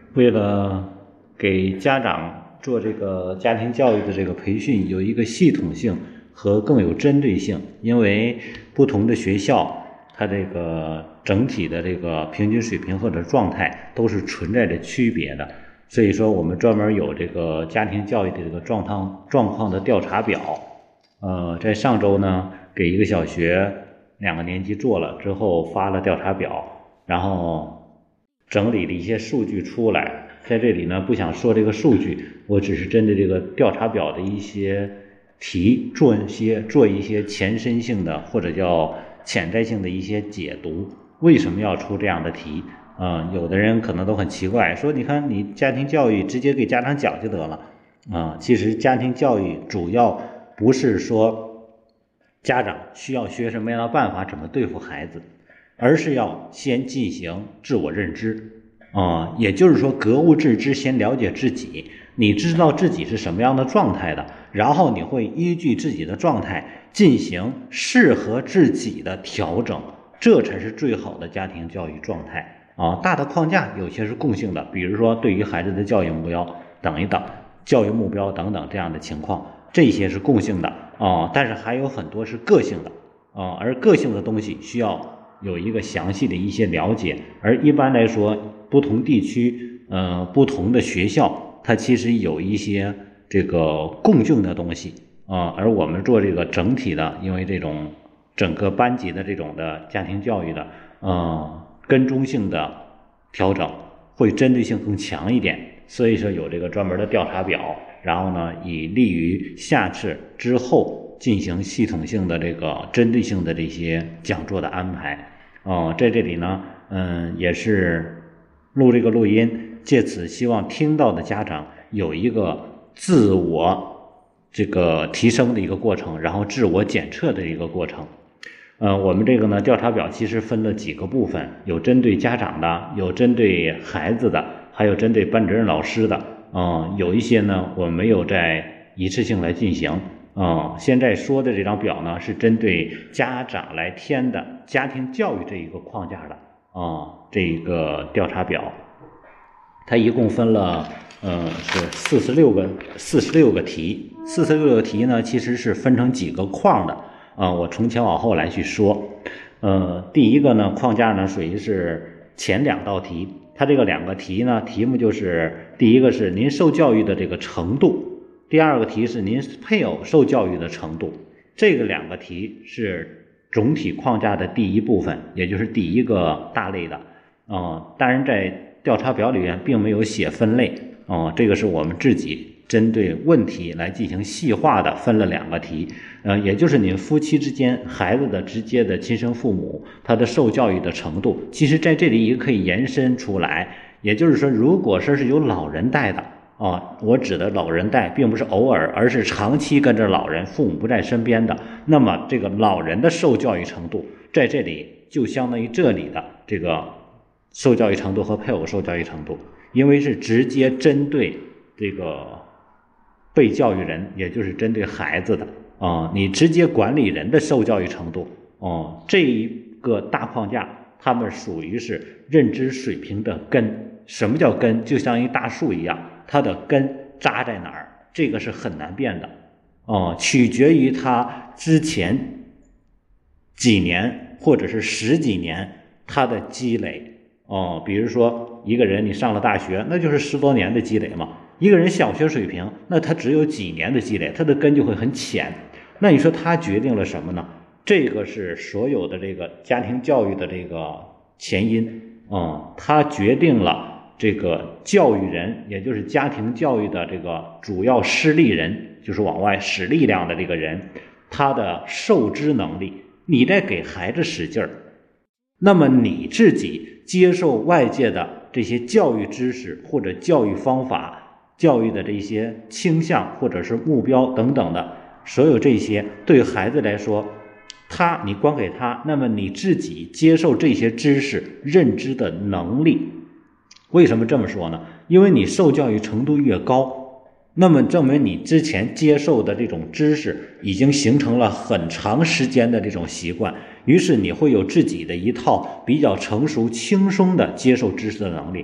为了给家长做这个家庭教育的这个培训有一个系统性和更有针对性，因为不同的学校它这个整体的这个平均水平或者状态都是存在着区别的，所以说我们专门有这个家庭教育的这个状况的调查表。在上周呢给一个小学2个年级做了之后发了调查表，然后整理了一些数据出来。在这里呢不想说这个数据，我只是针对这个调查表的一些题做一些前身性的或者叫潜在性的一些解读。为什么要出这样的题？有的人可能都很奇怪，说你看你家庭教育直接给家长讲就得了。其实家庭教育主要不是说家长需要学什么样的办法怎么对付孩子，而是要先进行自我认知。也就是说格物致知，先了解自己，你知道自己是什么样的状态的，然后你会依据自己的状态进行适合自己的调整，这才是最好的家庭教育状态。大的框架有些是共性的，比如说对于孩子的教育目标等一等，教育目标等等这样的情况，这些是共性的但是还有很多是个性的而个性的东西需要有一个详细的一些了解。而一般来说不同地区不同的学校它其实有一些这个共性的东西而我们做这个整体的，因为这种整个班级的这种的家庭教育的跟踪性的调整会针对性更强一点，所以说有这个专门的调查表，然后呢以利于下次之后进行系统性的这个针对性的这些讲座的安排。在这里呢也是录这个录音，借此希望听到的家长有一个自我这个提升的一个过程，然后自我检测的一个过程。我们这个呢调查表其实分了几个部分，有针对家长的，有针对孩子的，还有针对班主任老师的。有一些呢我们没有在一次性来进行。现在说的这张表呢是针对家长来填的家庭教育这一个框架的这一个调查表。它一共分了是46个题，46个题呢其实是分成几个框的我从前往后来去说。第一个呢框架呢属于是前2道题，它这个2个题呢题目就是第一个是您受教育的这个程度，第二个题是您配偶受教育的程度。这个2个题是总体框架的第一部分，也就是第一个大类的。当然在调查表里面并没有写分类这个是我们自己针对问题来进行细化的分了2个题。也就是您夫妻之间孩子的直接的亲生父母他的受教育的程度，其实在这里也可以延伸出来。也就是说如果说是有老人带的我指的老人带并不是偶尔，而是长期跟着老人，父母不在身边的，那么这个老人的受教育程度在这里就相当于这里的这个受教育程度和配偶受教育程度，因为是直接针对这个被教育人，也就是针对孩子的你直接管理人的受教育程度这一个大框架他们属于是认知水平的根。什么叫根？就像一大树一样，它的根扎在哪儿，这个是很难变的取决于他之前几年或者是10几年他的积累比如说一个人你上了大学，那就是10多年的积累嘛。一个人小学水平，那他只有几年的积累，他的根就会很浅。那你说他决定了什么呢？这个是所有的这个家庭教育的这个前因他决定了这个教育人，也就是家庭教育的这个主要施力人，就是往外使力量的这个人，他的受知能力。你在给孩子使劲儿，那么你自己接受外界的这些教育知识或者教育方法，教育的这些倾向或者是目标等等的，所有这些对孩子来说你光给他，那么你自己接受这些知识认知的能力。为什么这么说呢？因为你受教育程度越高，那么证明你之前接受的这种知识已经形成了很长时间的这种习惯，于是你会有自己的一套比较成熟轻松的接受知识的能力。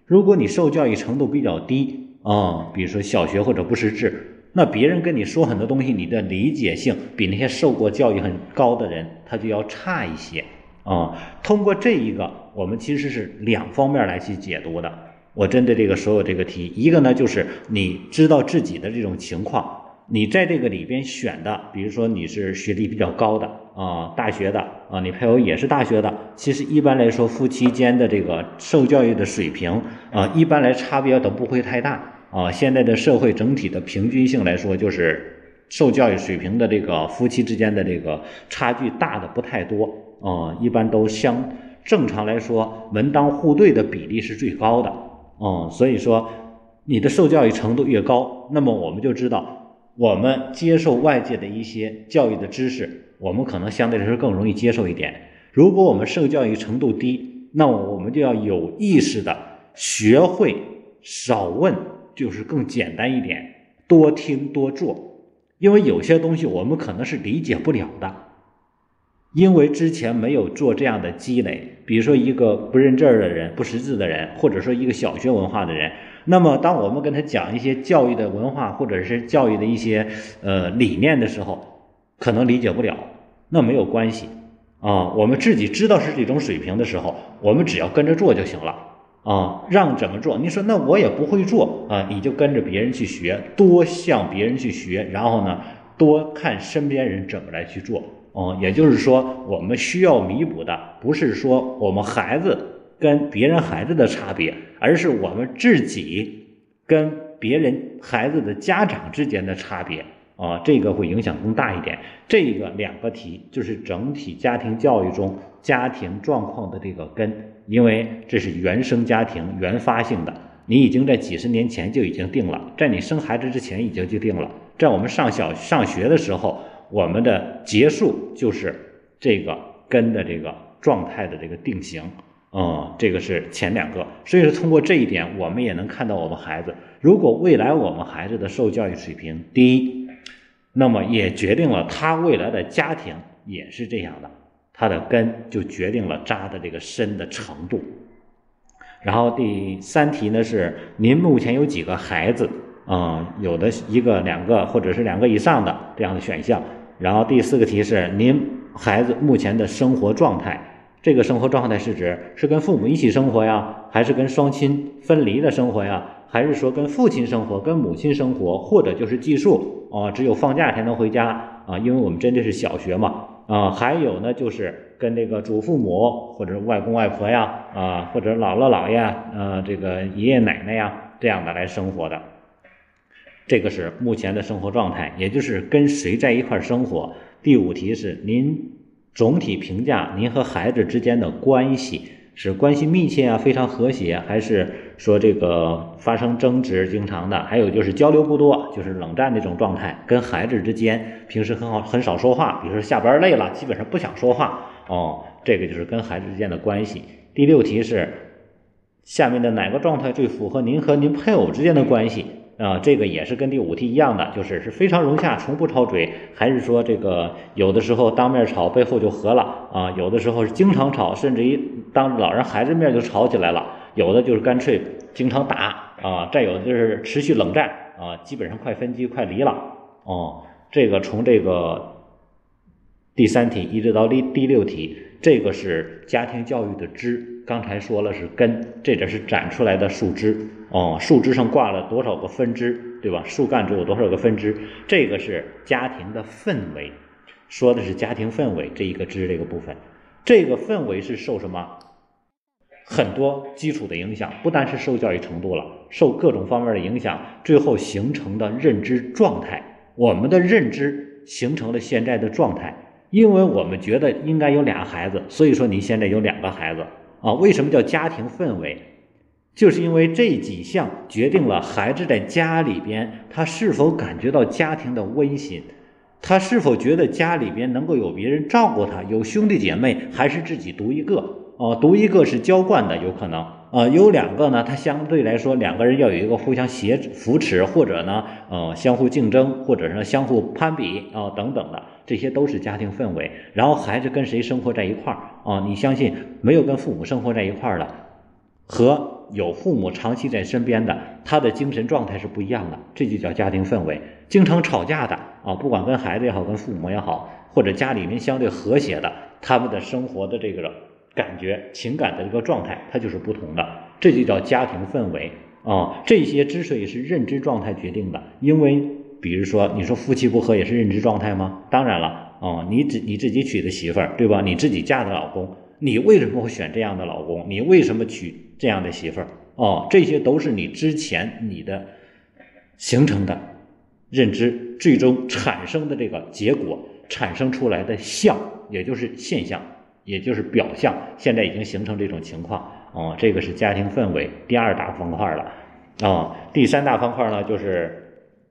如果你受教育程度比较低比如说小学或者不识字，那别人跟你说很多东西，你的理解性比那些受过教育很高的人他就要差一些通过这一个，我们其实是两方面来去解读的。我针对这个所有这个题，一个呢就是你知道自己的这种情况，你在这个里边选的，比如说你是学历比较高的大学的你配偶也是大学的，其实一般来说夫妻间的这个受教育的水平一般来差别都不会太大现在的社会整体的平均性来说，就是受教育水平的这个夫妻之间的这个差距大的不太多一般都正常来说门当户对的比例是最高的所以说你的受教育程度越高，那么我们就知道我们接受外界的一些教育的知识，我们可能相对来说更容易接受一点。如果我们受教育程度低，那我们就要有意识的学会少问，就是更简单一点，多听多做。因为有些东西我们可能是理解不了的，因为之前没有做这样的积累。比如说一个不认字的人，不识字的人，或者说一个小学文化的人，那么当我们跟他讲一些教育的文化或者是教育的一些理念的时候，可能理解不了，那没有关系我们自己知道是这种水平的时候，我们只要跟着做就行了让怎么做？你说那我也不会做你就跟着别人去学，多向别人去学，然后呢多看身边人怎么来去做也就是说我们需要弥补的不是说我们孩子跟别人孩子的差别，而是我们自己跟别人孩子的家长之间的差别这个会影响更大一点。这个两个题就是整体家庭教育中家庭状况的这个根，因为这是原生家庭原发性的，你已经在几十年前就已经定了，在你生孩子之前已经就定了，在我们上学的时候，我们的结束就是这个根的这个状态的这个定型这个是前两个。所以说通过这一点我们也能看到我们孩子，如果未来我们孩子的受教育水平低，那么也决定了他未来的家庭也是这样的，他的根就决定了扎的这个深的程度。然后第三题呢是您目前有几个孩子有的一个两个或者是两个以上的这样的选项。然后第四个题是您孩子目前的生活状态，这个生活状态是指是跟父母一起生活呀，还是跟双亲分离的生活呀，还是说跟父亲生活跟母亲生活，或者就是寄宿只有放假才能回家因为我们真的是小学嘛还有呢就是跟这个祖父母或者外公外婆呀或者姥姥姥爷这个爷爷奶奶呀这样的来生活的。这个是目前的生活状态，也就是跟谁在一块生活。第五题是您总体评价您和孩子之间的关系，是关系密切非常和谐，还是说这个发生争执经常的，还有就是交流不多，就是冷战那种状态，跟孩子之间平时很少说话，比如说下班累了基本上不想说话这个就是跟孩子之间的关系。第六题是下面的哪个状态最符合您和您配偶之间的关系这个也是跟第五题一样的，就是非常融洽从不吵嘴，还是说这个有的时候当面吵背后就和了有的时候是经常吵，甚至于当老人孩子面就吵起来了，有的就是干脆经常打再有的就是持续冷战基本上快分居快离了这个从这个第三题一直到第六题，这个是家庭教育的枝，刚才说了是根，这只是长出来的树枝树枝上挂了多少个分支，对吧？树干中有多少个分支，这个是家庭的氛围，说的是家庭氛围这一个枝这个部分。这个氛围是受什么很多基础的影响，不单是受教育程度了，受各种方面的影响，最后形成的认知状态，我们的认知形成了现在的状态。因为我们觉得应该有俩孩子，所以说你现在有两个孩子为什么叫家庭氛围？就是因为这几项决定了孩子在家里边他是否感觉到家庭的温馨，他是否觉得家里边能够有别人照顾他，有兄弟姐妹，还是自己独一个独一个是娇惯的有可能有两个呢，他相对来说两个人要有一个互相扶持，或者呢相互竞争，或者是相互攀比等等的，这些都是家庭氛围。然后孩子跟谁生活在一块儿你相信没有跟父母生活在一块儿的和有父母长期在身边的，他的精神状态是不一样的，这就叫家庭氛围。经常吵架的不管跟孩子也好，跟父母也好，或者家里面相对和谐的，他们的生活的这个感觉、情感的这个状态，它就是不同的，这就叫家庭氛围这些之所以是认知状态决定的，因为比如说你说夫妻不和也是认知状态吗？当然了你自己娶的媳妇儿，对吧？你自己嫁的老公，你为什么会选这样的老公？你为什么娶这样的媳妇儿这些都是你之前你的形成的认知，最终产生的这个结果，产生出来的相，也就是现象，也就是表象，现在已经形成这种情况这个是家庭氛围第二大方块了第三大方块呢，就是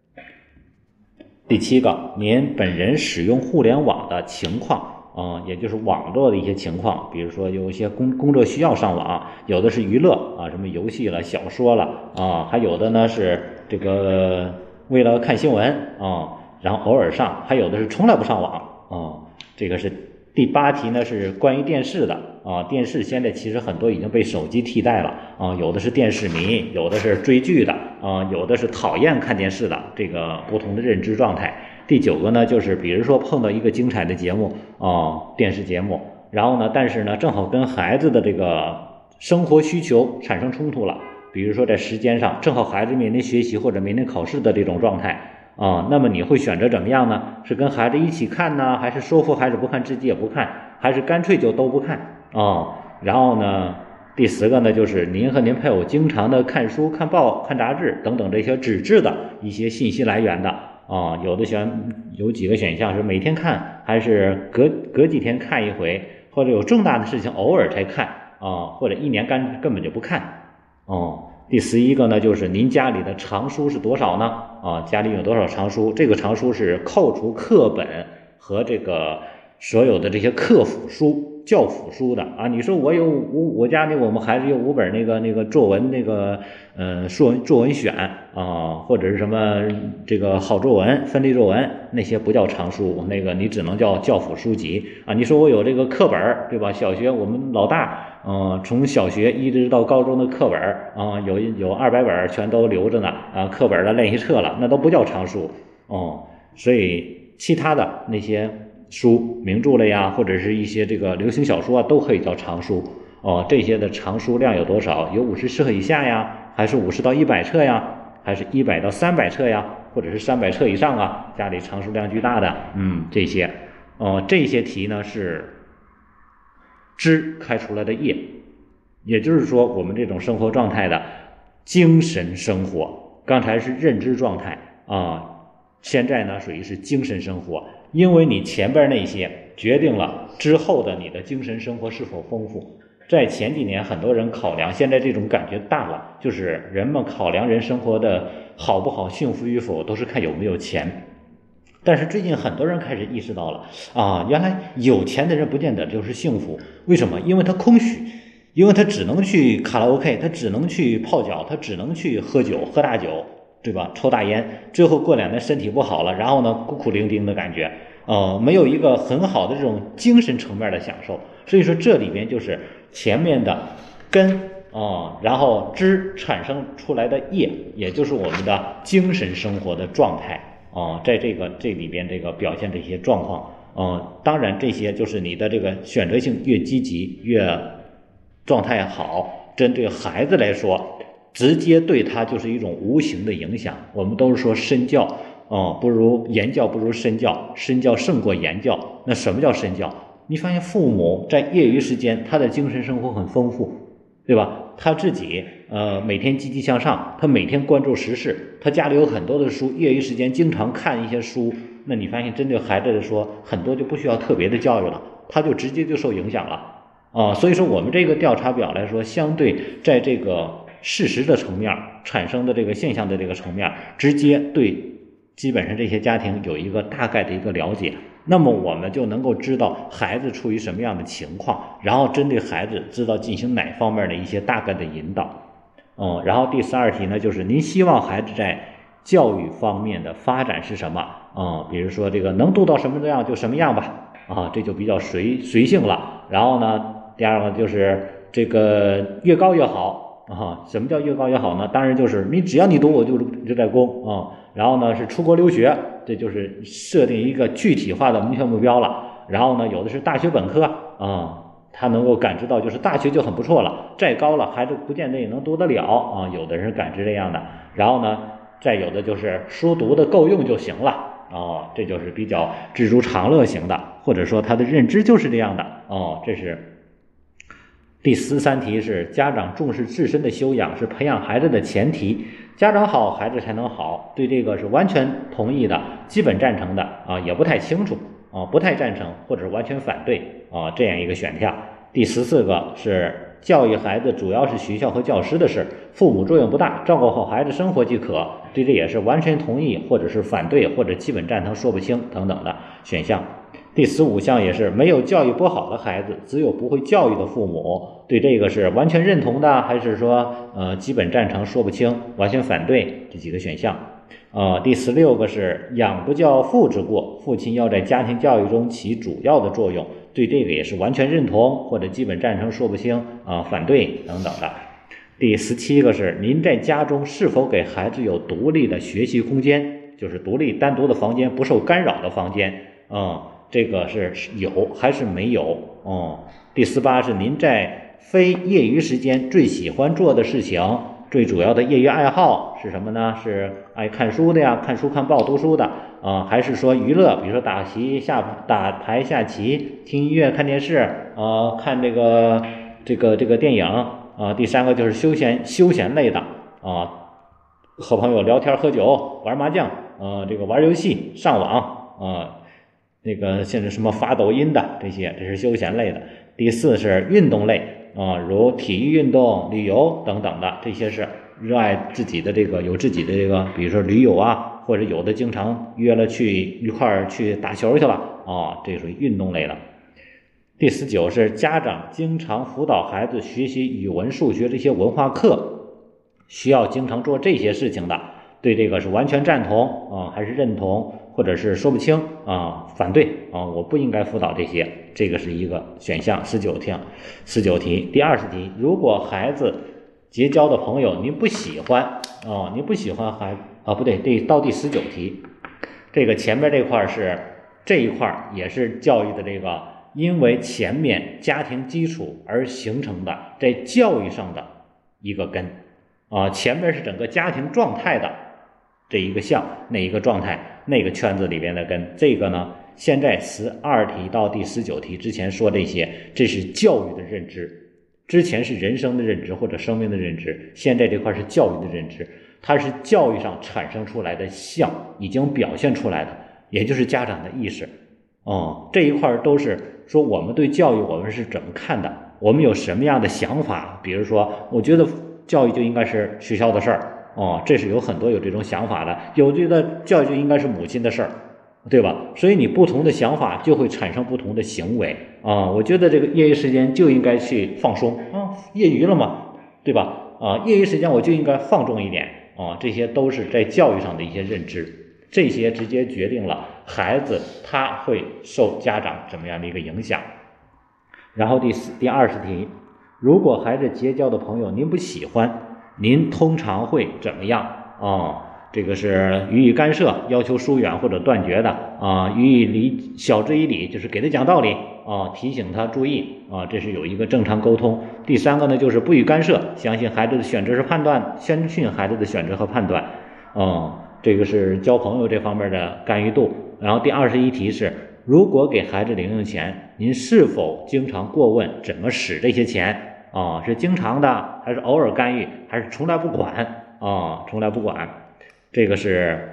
第7个，您本人使用互联网的情况也就是网络的一些情况，比如说有一些工作需要上网，有的是娱乐什么游戏了、小说了还有的呢是这个为了看新闻然后偶尔上，还有的是从来不上网这个是第8题呢，是关于电视的电视现在其实很多已经被手机替代了有的是电视迷，有的是追剧的有的是讨厌看电视的，这个不同的认知状态。第9个呢，就是比如说碰到一个精彩的节目电视节目，然后呢但是呢正好跟孩子的这个生活需求产生冲突了，比如说在时间上正好孩子面临学习或者面临考试的这种状态那么你会选择怎么样呢？是跟孩子一起看呢，还是说服孩子不看，自己也不看，还是干脆就都不看然后呢第10个呢，就是您和您配偶经常的看书、看报、看杂志等等这些纸质的一些信息来源的有几个选项是每天看，还是隔几天看一回，或者有重大的事情偶尔才看或者一年根本就不看第11个呢，就是您家里的藏书是多少呢家里有多少藏书？这个藏书是扣除课本和这个所有的这些课辅书、教辅书的你说我家里我们孩子有5本那个作文作文选或者是什么这个好作文、分类作文，那些不叫藏书，那个你只能叫教辅书籍你说我有这个课本对吧？小学我们老大从小学一直到高中的课本有200本全都留着呢课本的练习册了，那都不叫藏书所以其他的那些书名著类或者是一些这个流行小说都可以叫藏书这些的藏书量有多少？有50册以下呀，还是50到100册呀，还是100到300册呀，或者是300册以上家里藏书量巨大的这些这些题呢是支开出来的业，也就是说我们这种生活状态的精神生活，刚才是认知状态现在呢属于是精神生活，因为你前边那些决定了之后的你的精神生活是否丰富。在前几年很多人考量，现在这种感觉大了，就是人们考量人生活的好不好、幸福与否都是看有没有钱。但是最近很多人开始意识到了原来有钱的人不见得就是幸福。为什么？因为他空虚，因为他只能去卡拉 OK， 他只能去泡脚，他只能去喝酒、喝大酒，对吧？抽大烟，最后过2年身体不好了，然后呢孤苦伶仃的感觉没有一个很好的这种精神层面的享受。所以说这里边就是前面的根然后支产生出来的业，也就是我们的精神生活的状态在这里边这个表现这些状况当然这些就是你的这个选择性越积极，越状态好，针对孩子来说直接对他就是一种无形的影响。我们都是说身教不如言教，不如身教，身教胜过言教。那什么叫身教？你发现父母在业余时间他的精神生活很丰富，对吧？他自己每天积极向上，他每天关注时事，他家里有很多的书，业余时间经常看一些书。那你发现针对孩子来说，很多就不需要特别的教育了，他就直接就受影响了所以说我们这个调查表来说，相对在这个事实的层面产生的这个现象的这个层面，直接对基本上这些家庭有一个大概的一个了解，那么我们就能够知道孩子处于什么样的情况，然后针对孩子知道进行哪方面的一些大概的引导然后第12题呢，就是您希望孩子在教育方面的发展是什么比如说这个能读到什么样就什么样吧这就比较随性了。然后呢第2个就是这个越高越好， 啊。什么叫越高越好呢？当然就是你只要你读我就在攻啊。然后呢是出国留学，这就是设定一个具体化的明确目标了。然后呢有的是大学本科啊，他能够感知到就是大学就很不错了，再高了孩子不见得也能读得了啊。有的人感知这样的。然后呢再有的就是书读的够用就行了。这就是比较知足常乐型的，或者说他的认知就是这样的。这是第13题，是家长重视自身的修养是培养孩子的前提，家长好孩子才能好，对这个是完全同意的，基本赞成的也不太清楚不太赞成或者是完全反对这样一个选项。第14个是教育孩子主要是学校和教师的事，父母作用不大，照顾好孩子生活即可，对这也是完全同意或者是反对或者基本赞成说不清等等的选项。第15项也是没有教育不好的孩子，只有不会教育的父母，对这个是完全认同的还是说基本赞成说不清完全反对，这几个选项。第16个是养不教父之过，父亲要在家庭教育中起主要的作用，对这个也是完全认同或者基本赞成说不清反对等等的。第17个是您在家中是否给孩子有独立的学习空间，就是独立单独的房间，不受干扰的房间这个是有还是没有第18是您在非业余时间最喜欢做的事情，最主要的业余爱好是什么呢？是爱看书的呀，看书看报读书的还是说娱乐，比如说打牌下棋，听音乐看电视看这个电影第3个就是休闲类的和朋友聊天喝酒玩麻将这个玩游戏上网那个现在什么发抖音的这是休闲类的。第4是运动类如体育运动、旅游等等的，这些是热爱自己的有自己的比如说驴友或者有的经常约了一块儿去打球去了这属于运动类的。第19是家长经常辅导孩子学习语文、数学这些文化课，需要经常做这些事情的，对这个是完全赞同还是认同或者是说不清反对我不应该辅导这些，这个是一个选项。19题。第20题，如果孩子结交的朋友您不喜欢您不喜欢孩子不对，到第19题，这个前面这一块也是教育的因为前面家庭基础而形成的在教育上的一个根前面是整个家庭状态的这一个项，那一个状态那个圈子里边的根，这个呢现在12题到第19题之前说这些，这是教育的认知，之前是人生的认知或者生命的认知，现在这块是教育的认知，它是教育上产生出来的项，已经表现出来的，也就是家长的意识这一块都是说我们对教育我们是怎么看的，我们有什么样的想法，比如说我觉得教育就应该是学校的事儿这是有很多有这种想法的，有觉得教育就应该是母亲的事儿，对吧？所以你不同的想法就会产生不同的行为我觉得这个业余时间就应该去放松业余了嘛，对吧？业余时间我就应该放纵一点这些都是在教育上的一些认知，这些直接决定了孩子他会受家长怎么样的一个影响。然后第20题，如果孩子结交的朋友您不喜欢，您通常会怎么样这个是予以干涉，要求疏远或者断绝的予以晓之以理，就是给他讲道理提醒他注意这是有一个正常沟通。第3个呢就是不予干涉，相信孩子的选择是判断，相信孩子的选择和判断这个是交朋友这方面的干预度。然后第21题是如果给孩子零用钱，您是否经常过问怎么使这些钱是经常的还是偶尔干预还是从来不管从来不管。这个是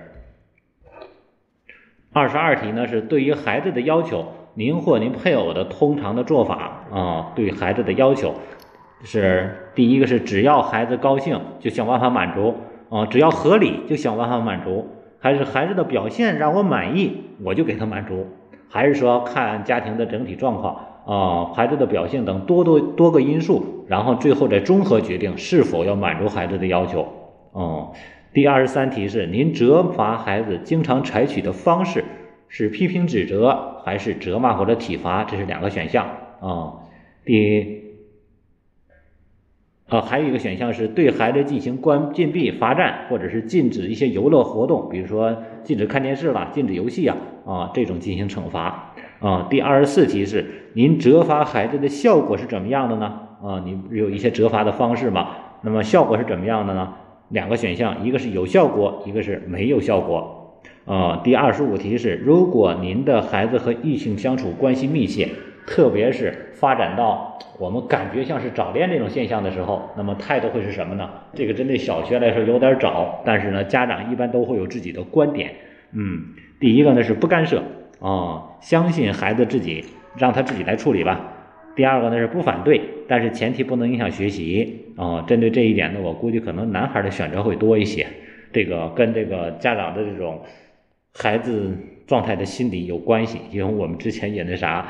22题呢，是对于孩子的要求，您或您配偶的通常的做法对孩子的要求是第一个是只要孩子高兴就想办法满足只要合理就想办法满足，还是孩子的表现让我满意我就给他满足，还是说看家庭的整体状况孩子的表现等多个因素，然后最后再综合决定是否要满足孩子的要求第23题是您责罚孩子经常采取的方式是批评指责还是责骂或者体罚，这是2个选项第还有一个选项是对孩子进行禁闭、罚站，或者是禁止一些游乐活动，比如说禁止看电视了、禁止游戏这种进行惩罚。第24题是您责罚孩子的效果是怎么样的呢？你有一些责罚的方式嘛？那么效果是怎么样的呢？2个选项，一个是有效果，一个是没有效果。第25题是如果您的孩子和异性相处关系密切，特别是发展到我们感觉像是早恋这种现象的时候，那么态度会是什么呢？这个针对小学来说有点早，但是呢，家长一般都会有自己的观点。第一个呢是不干涉相信孩子自己，让他自己来处理吧。第二个呢是不反对，但是前提不能影响学习。针对这一点呢，我估计可能男孩的选择会多一些。这个跟这个家长的这种孩子状态的心理有关系，因为我们之前也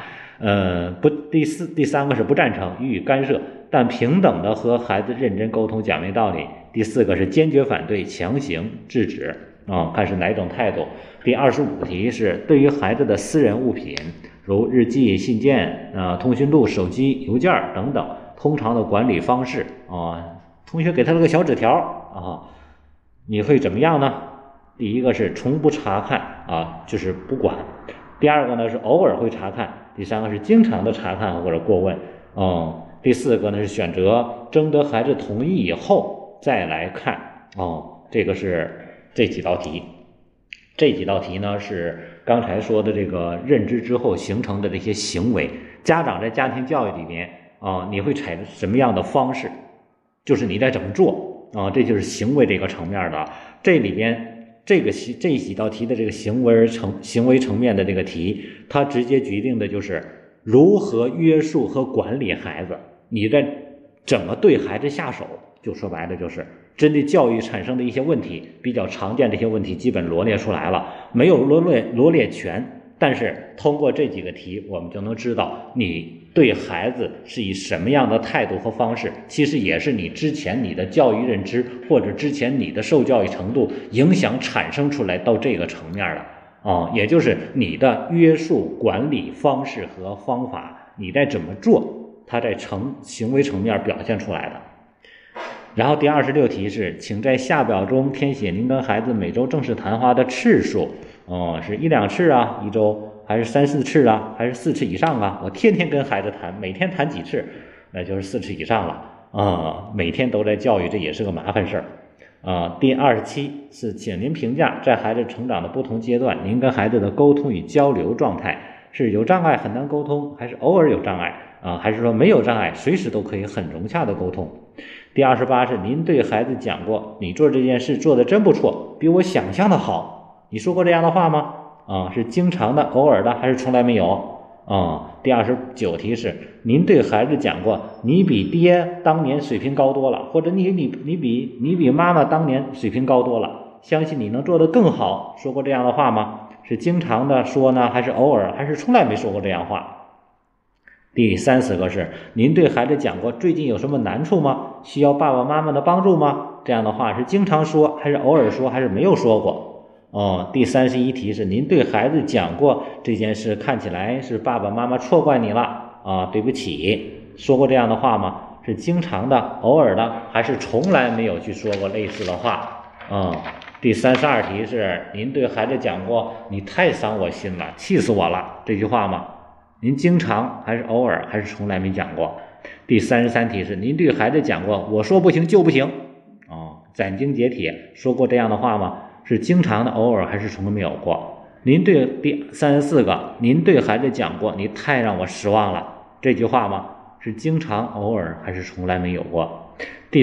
第三个是不赞成予以干涉，但平等的和孩子认真沟通，讲明道理。第4个是坚决反对，强行制止看是哪种态度。第25题是对于孩子的私人物品，如日记、信件、通讯录、手机、邮件等等，通常的管理方式同学给他了个小纸条你会怎么样呢？第一个是从不查看就是不管。第二个呢是偶尔会查看。第三个是经常的查看或者过问。第4个呢是选择征得孩子同意以后再来看。这个是这几道题。这几道题呢是刚才说的这个认知之后形成的这些行为。家长在家庭教育里面你会采什么样的方式？就是你在怎么做这就是行为这个层面的。这里边这几道题的这个行为层面的这个题，它直接决定的就是如何约束和管理孩子，你在怎么对孩子下手。就说白了就是针对教育产生的一些问题，比较常见这些问题基本罗列出来了，没有罗列全，但是通过这几个题我们就能知道你对孩子是以什么样的态度和方式，其实也是你之前你的教育认知或者之前你的受教育程度影响产生出来到这个层面的也就是你的约束管理方式和方法，你在怎么做，它在行为层面表现出来的。然后第26题是请在下表中填写您跟孩子每周正式谈话的次数是1-2次一周还是3-4次还是4次以上我天天跟孩子谈，每天谈几次，那就是4次以上了每天都在教育，这也是个麻烦事儿第27是请您评价在孩子成长的不同阶段，您跟孩子的沟通与交流状态是有障碍很难沟通，还是偶尔有障碍还是说没有障碍随时都可以很融洽的沟通。第28是您对孩子讲过你做这件事做得真不错，比我想象的好，你说过这样的话吗？是经常的、偶尔的还是从来没有第29题是您对孩子讲过你比爹当年水平高多了，或者你比妈妈当年水平高多了，相信你能做得更好，说过这样的话吗？是经常的说呢，还是偶尔，还是从来没说过这样话？第30个是您对孩子讲过最近有什么难处吗？需要爸爸妈妈的帮助吗？这样的话是经常说，还是偶尔说，还是没有说过？第31题是您对孩子讲过这件事看起来是爸爸妈妈错怪你了对不起，说过这样的话吗？是经常的、偶尔的，还是从来没有去说过类似的话？第32题是您对孩子讲过你太伤我心了，气死我了这句话吗？您经常还是偶尔还是从来没讲过？第33题是您对孩子讲过我说不行就不行斩钉截铁说过这样的话吗？是经常的、偶尔还是从来没有过？您对第34个您对孩子讲过你太让我失望了这句话吗？是经常、偶尔还是从来没有过？第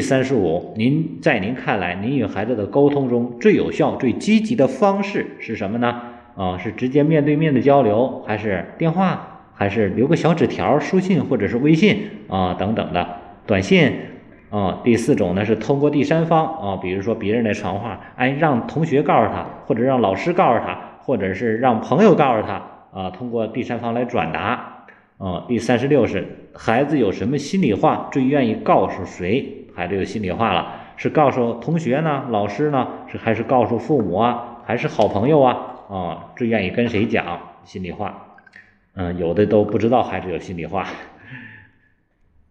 35在您看来您与孩子的沟通中最有效最积极的方式是什么呢？是直接面对面的交流，还是电话，还是留个小纸条、书信或者是微信等等的短信第4种呢是通过第三方比如说别人来传话，让同学告诉他，或者让老师告诉他，或者是让朋友告诉他通过第三方来转达第36是孩子有什么心里话最愿意告诉谁？孩子有心里话了，是告诉同学呢、老师呢，还是告诉父母还是好朋友最愿意跟谁讲心里话？有的都不知道孩子有心里话。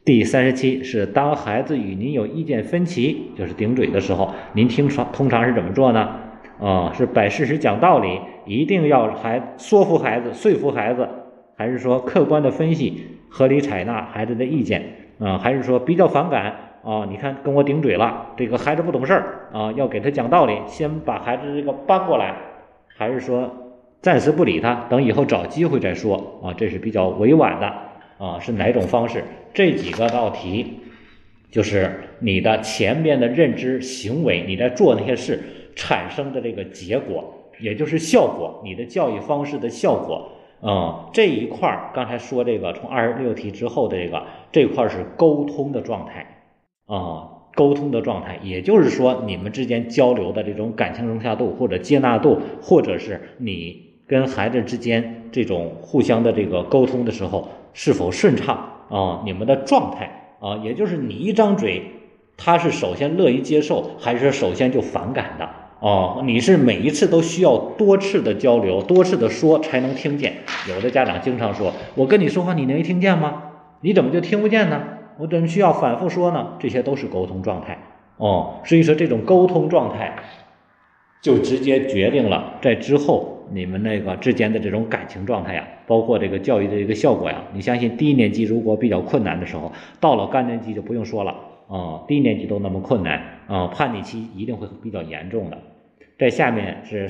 第37是当孩子与您有意见分歧，就是顶嘴的时候，您通常是怎么做呢？是摆事实讲道理，一定要说服孩子、说服孩子，还是说客观的分析、合理采纳孩子的意见还是说比较反感你看跟我顶嘴了，这个孩子不懂事儿要给他讲道理，先把孩子这个搬过来，还是说暂时不理他，等以后找机会再说这是比较委婉的是哪种方式？这几个道题就是你的前边的认知行为，你在做那些事产生的这个结果，也就是效果，你的教育方式的效果这一块刚才说这个从26题之后的这块是沟通的状态沟通的状态，也就是说你们之间交流的这种感情融洽度或者接纳度，或者是你跟孩子之间这种互相的这个沟通的时候是否顺畅你们的状态也就是你一张嘴他是首先乐于接受，还是首先就反感的你是每一次都需要多次的交流，多次的说才能听见。有的家长经常说，我跟你说话你能听见吗？你怎么就听不见呢？我怎么需要反复说呢？这些都是沟通状态所以说这种沟通状态就直接决定了在之后你们那个之间的这种感情状态包括这个教育的一个效果你相信低年级如果比较困难的时候，到了高年级就不用说了低年级都那么困难叛逆期一定会比较严重的。在下面是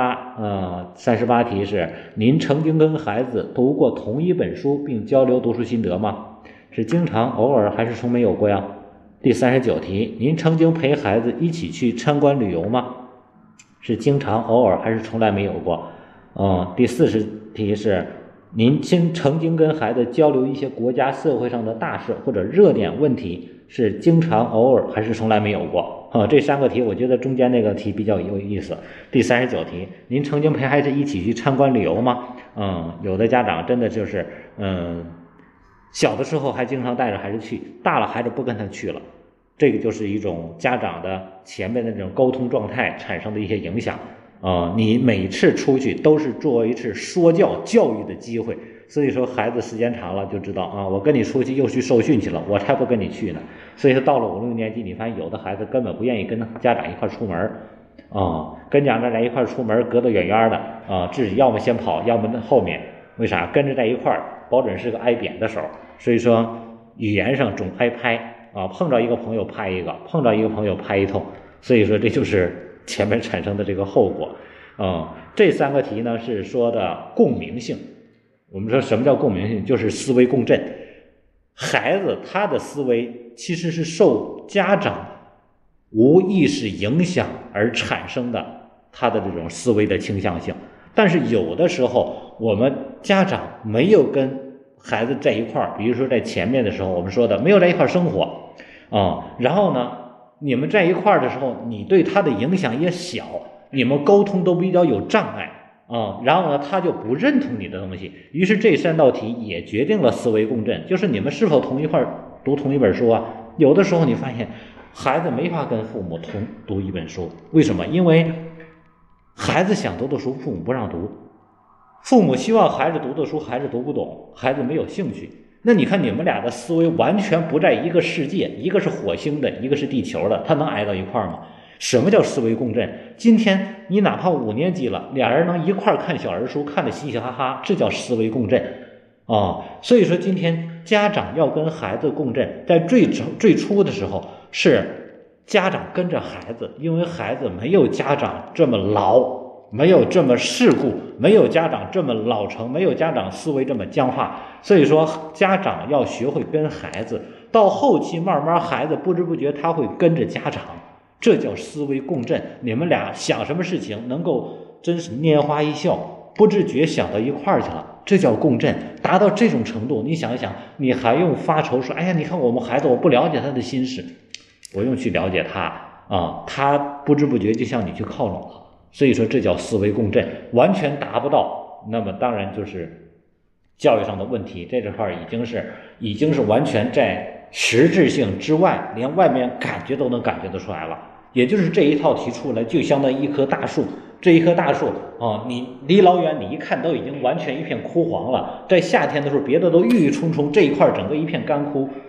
38题是您曾经跟孩子读过同一本书并交流读书心得吗？是经常、偶尔还是从没有过呀？第39题您曾经陪孩子一起去参观旅游吗？是经常、偶尔还是从来没有过第40题是您曾经跟孩子交流一些国家社会上的大事或者热点问题，是经常、偶尔还是从来没有过这3个题我觉得中间那个题比较有意思。第39题您曾经陪孩子一起去参观旅游吗？有的家长真的就是小的时候还经常带着孩子去，大了孩子不跟他去了，这个就是一种家长的前面的这种沟通状态产生的一些影响你每次出去都是作为一次说教育的机会，所以说孩子时间长了就知道我跟你出去又去受训去了，我才不跟你去呢。所以说到了5、6年级，你发现有的孩子根本不愿意跟家长一块出门跟家长在一块出门隔得远远的自己要么先跑，要么后面，为啥？跟着在一块保准是个挨扁的手。所以说语言上总挨拍碰到一个朋友拍一个，碰到一个朋友拍一通，所以说这就是前面产生的这个后果这3个题呢是说的共鸣性。我们说什么叫共鸣性？就是思维共振。孩子他的思维其实是受家长无意识影响而产生的他的这种思维的倾向性，但是有的时候我们家长没有跟孩子在一块儿，比如说在前面的时候我们说的没有在一块儿生活然后呢你们在一块儿的时候你对他的影响也小，你们沟通都比较有障碍然后呢他就不认同你的东西，于是这3道题也决定了思维共振，就是你们是否同一块读同一本书有的时候你发现孩子没法跟父母同读一本书，为什么？因为孩子想读的书父母不让读，父母希望孩子读的书孩子读不懂，孩子没有兴趣，那你看你们俩的思维完全不在一个世界，一个是火星的，一个是地球的，他能挨到一块吗？什么叫思维共振？今天你哪怕5年级了，俩人能一块看小人书，看得嘻嘻哈哈，这叫思维共振所以说今天家长要跟孩子共振，在最初的时候是家长跟着孩子，因为孩子没有家长这么老，没有这么世故，没有家长这么老成，没有家长思维这么僵化，所以说家长要学会跟孩子，到后期慢慢孩子不知不觉他会跟着家长，这叫思维共振。你们俩想什么事情能够真是拈花一笑，不自觉想到一块儿去了，这叫共振。达到这种程度，你想一想，你还用发愁说哎呀你看我们孩子我不了解他的心事，不用去了解他他不知不觉就向你去靠拢了。所以说这叫思维共振，完全达不到，那么当然就是教育上的问题，这块已经是完全在实质性之外，连外面感觉都能感觉得出来了。也就是这一套题出来就相当于一棵大树，这一棵大树你离老远你一看都已经完全一片枯黄了，在夏天的时候别的都郁郁葱葱，这一块整个一片干枯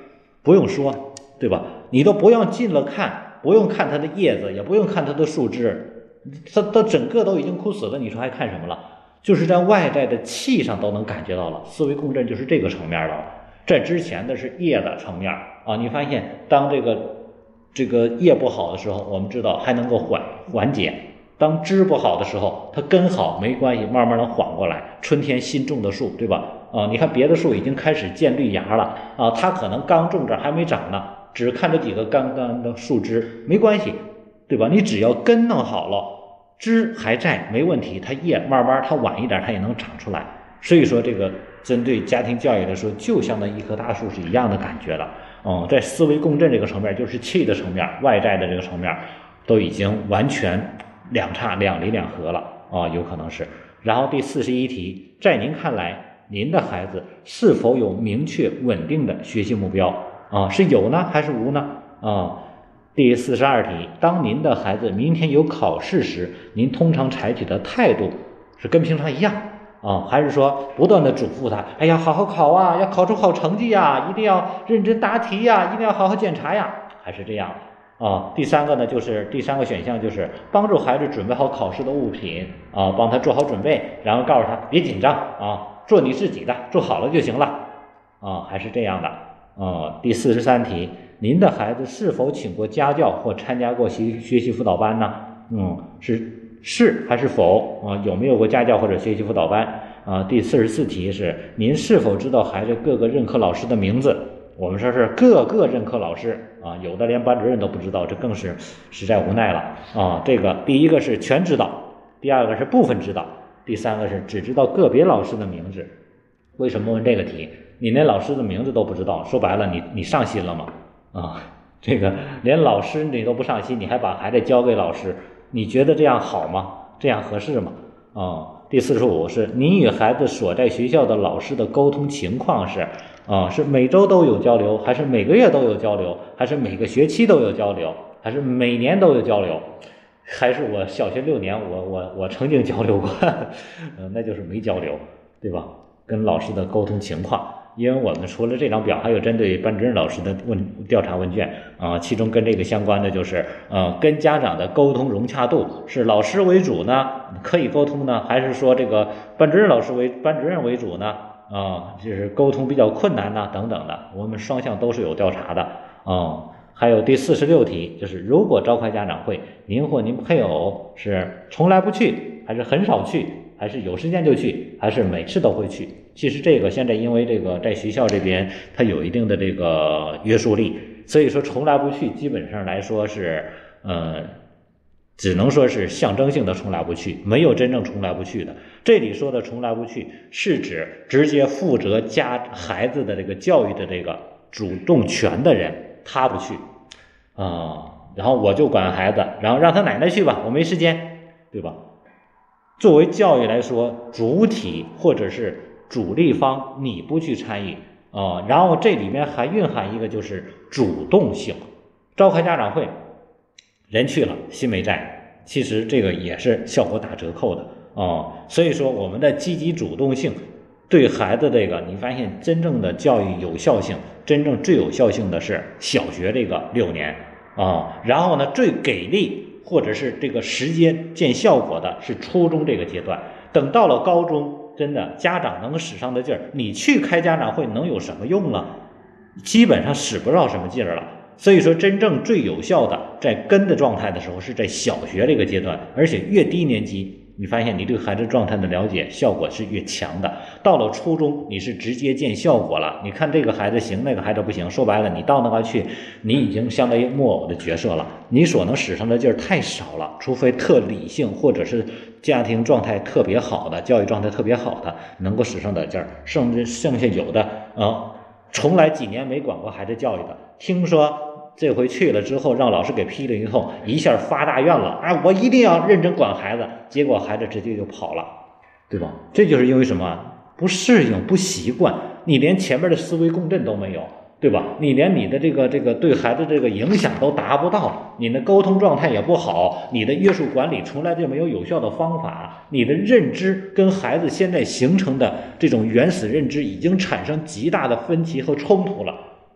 不用说，对吧？你都不用近了看，不用看它的叶子，也不用看它的树枝，它整个都已经枯死了，你说还看什么了？就是在外在的气上都能感觉到了，思维共振就是这个层面的了。在之前的是叶的层面啊，你发现当这个叶不好的时候，我们知道还能够缓解。当枝不好的时候，它根好没关系，慢慢能缓过来。春天新种的树，对吧？你看别的树已经开始见绿芽了啊，它可能刚种着还没长呢，只看着几个干干的树枝，没关系，对吧？你只要根弄好了，枝还在没问题，它叶慢慢它晚一点它也能长出来。所以说这个针对家庭教育来说，就像那一棵大树是一样的感觉了。在思维共振这个层面，就是气的层面，外在的这个层面，都已经完全两离两合了有可能是。然后第41题，在您看来，您的孩子是否有明确稳定的学习目标是有呢还是无呢第42题，当您的孩子明天有考试时，您通常采取的态度是跟平常一样还是说不断的嘱咐他，哎呀，好好考啊，要考出好成绩呀，一定要认真答题呀，一定要好好检查呀，还是这样第三个呢，就是第三个选项就是帮助孩子准备好考试的物品帮他做好准备，然后告诉他别紧张做你自己的，做好了就行了还是这样的第43题，您的孩子是否请过家教或参加过学习辅导班呢？是还是否有没有过家教或者学习辅导班第44题是您是否知道孩子各个任课老师的名字？我们说是各个任课老师有的连班主任都不知道，这更是实在无奈了这个第一个是全知道，第二个是部分知道，第三个是只知道个别老师的名字。为什么问这个题？你连老师的名字都不知道，说白了你上心了吗？这个连老师你都不上心，你还把孩子交给老师，你觉得这样好吗？这样合适吗？第45是您与孩子所在学校的老师的沟通情况是每周都有交流，还是每个月都有交流，还是每个学期都有交流，还是每年都有交流，还是我小学6年我曾经交流过那就是没交流，对吧？跟老师的沟通情况，因为我们除了这张表，还有针对班主任老师的调查问卷其中跟这个相关的就是跟家长的沟通融洽度是老师为主呢，可以沟通呢，还是说这个班主任为主呢？就是沟通比较困难呢等等的，我们双向都是有调查的还有第46题，就是如果召开家长会，您或您配偶是从来不去，还是很少去，还是有时间就去，还是每次都会去？其实这个现在因为这个在学校这边它有一定的这个约束力，所以说从来不去基本上来说是只能说是象征性的从来不去，没有真正从来不去的。这里说的从来不去是指直接负责孩子的这个教育的这个主动权的人他不去然后我就管孩子，然后让他奶奶去吧，我没时间，对吧？作为教育来说，主体或者是主力方你不去参与然后这里面还蕴含一个就是主动性。召开家长会，人去了心没在，其实这个也是效果打折扣的所以说我们的积极主动性对孩子这个，你发现真正的教育有效性，真正最有效性的是小学这个6年然后呢最给力或者是这个时间见效果的是初中这个阶段。等到了高中，真的家长能使上的劲儿，你去开家长会能有什么用了？基本上使不着什么劲儿了。所以说真正最有效的在根的状态的时候是在小学这个阶段，而且越低年级你发现你对孩子状态的了解效果是越强的。到了初中你是直接见效果了，你看这个孩子行，那个孩子不行，说白了你到那块去，你已经相当于木偶的角色了，你所能使上的劲儿太少了，除非特理性或者是家庭状态特别好的，教育状态特别好的能够使上点劲儿，剩下有的从来几年没管过孩子教育的，听说这回去了之后让老师给批了一通，一下发大愿了我一定要认真管孩子，结果孩子直接就跑了，对吧？这就是因为什么？不适应，不习惯，你连前面的思维共振都没有，对吧？你连你的这个对孩子这个影响都达不到，你的沟通状态也不好，你的约束管理从来就没有效的方法，你的认知跟孩子现在形成的这种原始认知已经产生极大的分歧和冲突了，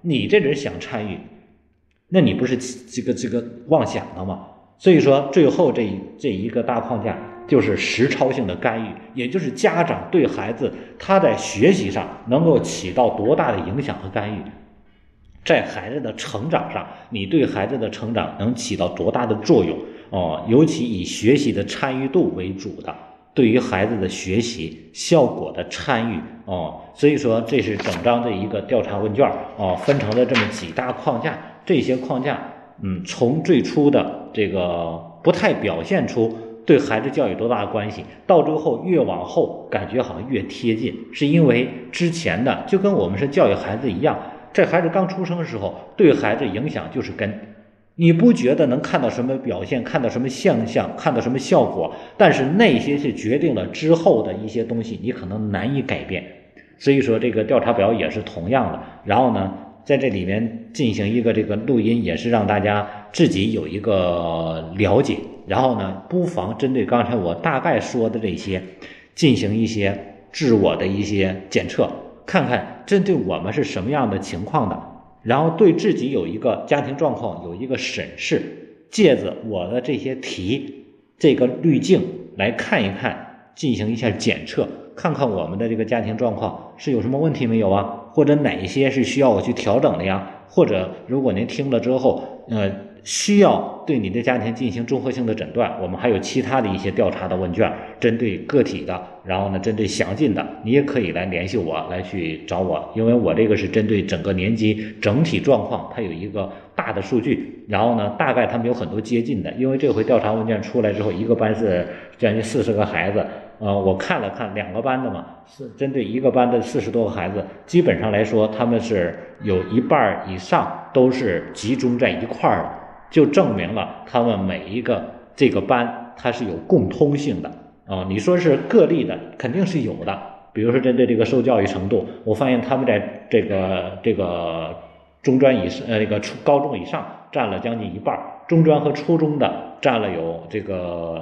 你这人想参与，那你不是这个妄想的吗？所以说最后这一个大框架就是实操性的干预，也就是家长对孩子他在学习上能够起到多大的影响和干预，在孩子的成长上，你对孩子的成长能起到多大的作用尤其以学习的参与度为主的，对于孩子的学习效果的参与所以说这是整张的一个调查问卷分成了这么几大框架，这些框架从最初的这个不太表现出对孩子教育多大的关系，到最后越往后感觉好像越贴近，是因为之前的就跟我们是教育孩子一样，在孩子刚出生的时候，对孩子影响就是根。你不觉得能看到什么表现，看到什么现象，看到什么效果，但是那些是决定了之后的一些东西，你可能难以改变。所以说这个调查表也是同样的，然后呢在这里面进行一个这个录音，也是让大家自己有一个了解，然后呢不妨针对刚才我大概说的这些进行一些自我的一些检测，看看针对我们是什么样的情况的，然后对自己有一个家庭状况有一个审视，借着我的这些题这个滤镜来看一看，进行一下检测，看看我们的这个家庭状况是有什么问题没有啊，或者哪一些是需要我去调整的呀，或者如果您听了之后需要对你的家庭进行综合性的诊断，我们还有其他的一些调查的问卷，针对个体的，然后呢针对详尽的，你也可以来联系我，来去找我，因为我这个是针对整个年级整体状况，它有一个大的数据，然后呢大概他们有很多接近的，因为这回调查问卷出来之后，一个班是将近40个孩子我看了看2个班的嘛，是针对一个班的40多个孩子，基本上来说他们是有一半以上都是集中在一块儿的，就证明了他们每一个这个班它是有共通性的你说是个例的肯定是有的，比如说针对这个受教育程度，我发现他们在这个中专以上这个高中以上占了将近一半，中专和初中的占了有这个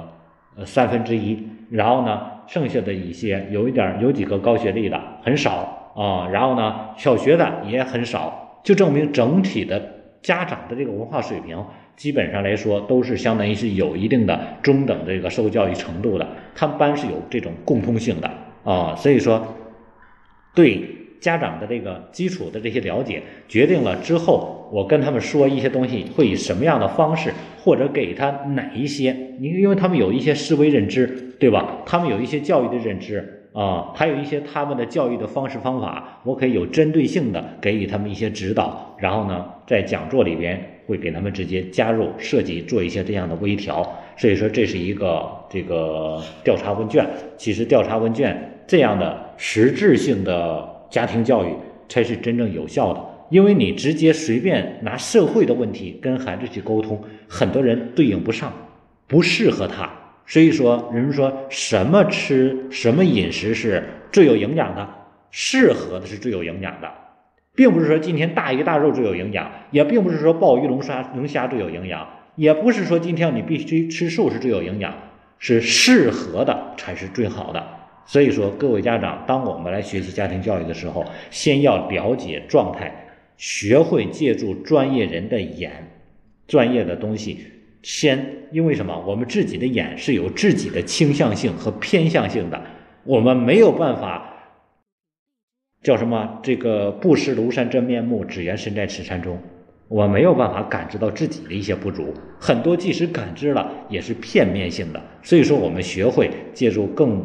1/3，然后呢剩下的一些有几个高学历的很少然后呢小学的也很少，就证明整体的家长的这个文化水平基本上来说都是相当于是有一定的中等的这个受教育程度的，他们班是有这种共通性的所以说对家长的这个基础的这些了解，决定了之后我跟他们说一些东西会以什么样的方式，或者给他哪一些，因为他们有一些思维认知，对吧？他们有一些教育的认知还有一些他们的教育的方式方法，我可以有针对性的给予他们一些指导，然后呢在讲座里边会给他们直接加入设计做一些这样的微调。所以说这是一个这个调查问卷，其实调查问卷这样的实质性的家庭教育才是真正有效的，因为你直接随便拿社会的问题跟孩子去沟通，很多人对应不上，不适合他。所以说人们说什么吃什么饮食是最有营养的，适合的是最有营养的，并不是说今天大鱼大肉最有营养，也并不是说鲍鱼龙虾最有营养，也不是说今天你必须吃素是最有营养，是适合的才是最好的。所以说各位家长，当我们来学习家庭教育的时候，先要了解状态，学会借助专业人的眼，专业的东西因为什么？我们自己的眼是有自己的倾向性和偏向性的，我们没有办法叫什么这个不识庐山真面目，只缘身在此山中，我没有办法感知到自己的一些不足，很多即使感知了也是片面性的。所以说我们学会借助更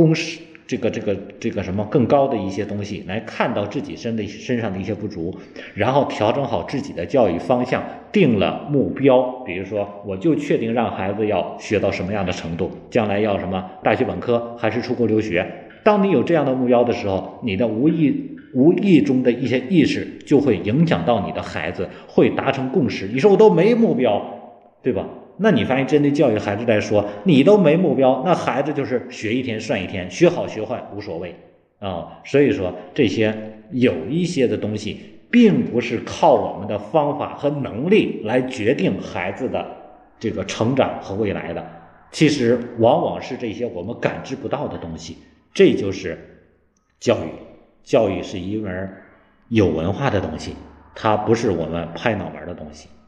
更高的一些东西来看到自己身上的一些不足，然后调整好自己的教育方向，定了目标，比如说我就确定让孩子要学到什么样的程度，将来要什么大学本科还是出国留学。当你有这样的目标的时候，你的无意中的一些意识就会影响到你的孩子，会达成共识。你说我都没目标，对吧？那你发现针对教育孩子来说，你都没目标，那孩子就是学一天算一天，学好学坏无所谓所以说这些有一些的东西并不是靠我们的方法和能力来决定孩子的这个成长和未来的，其实往往是这些我们感知不到的东西。这就是教育，教育是一门有文化的东西它不是我们拍脑门的东西。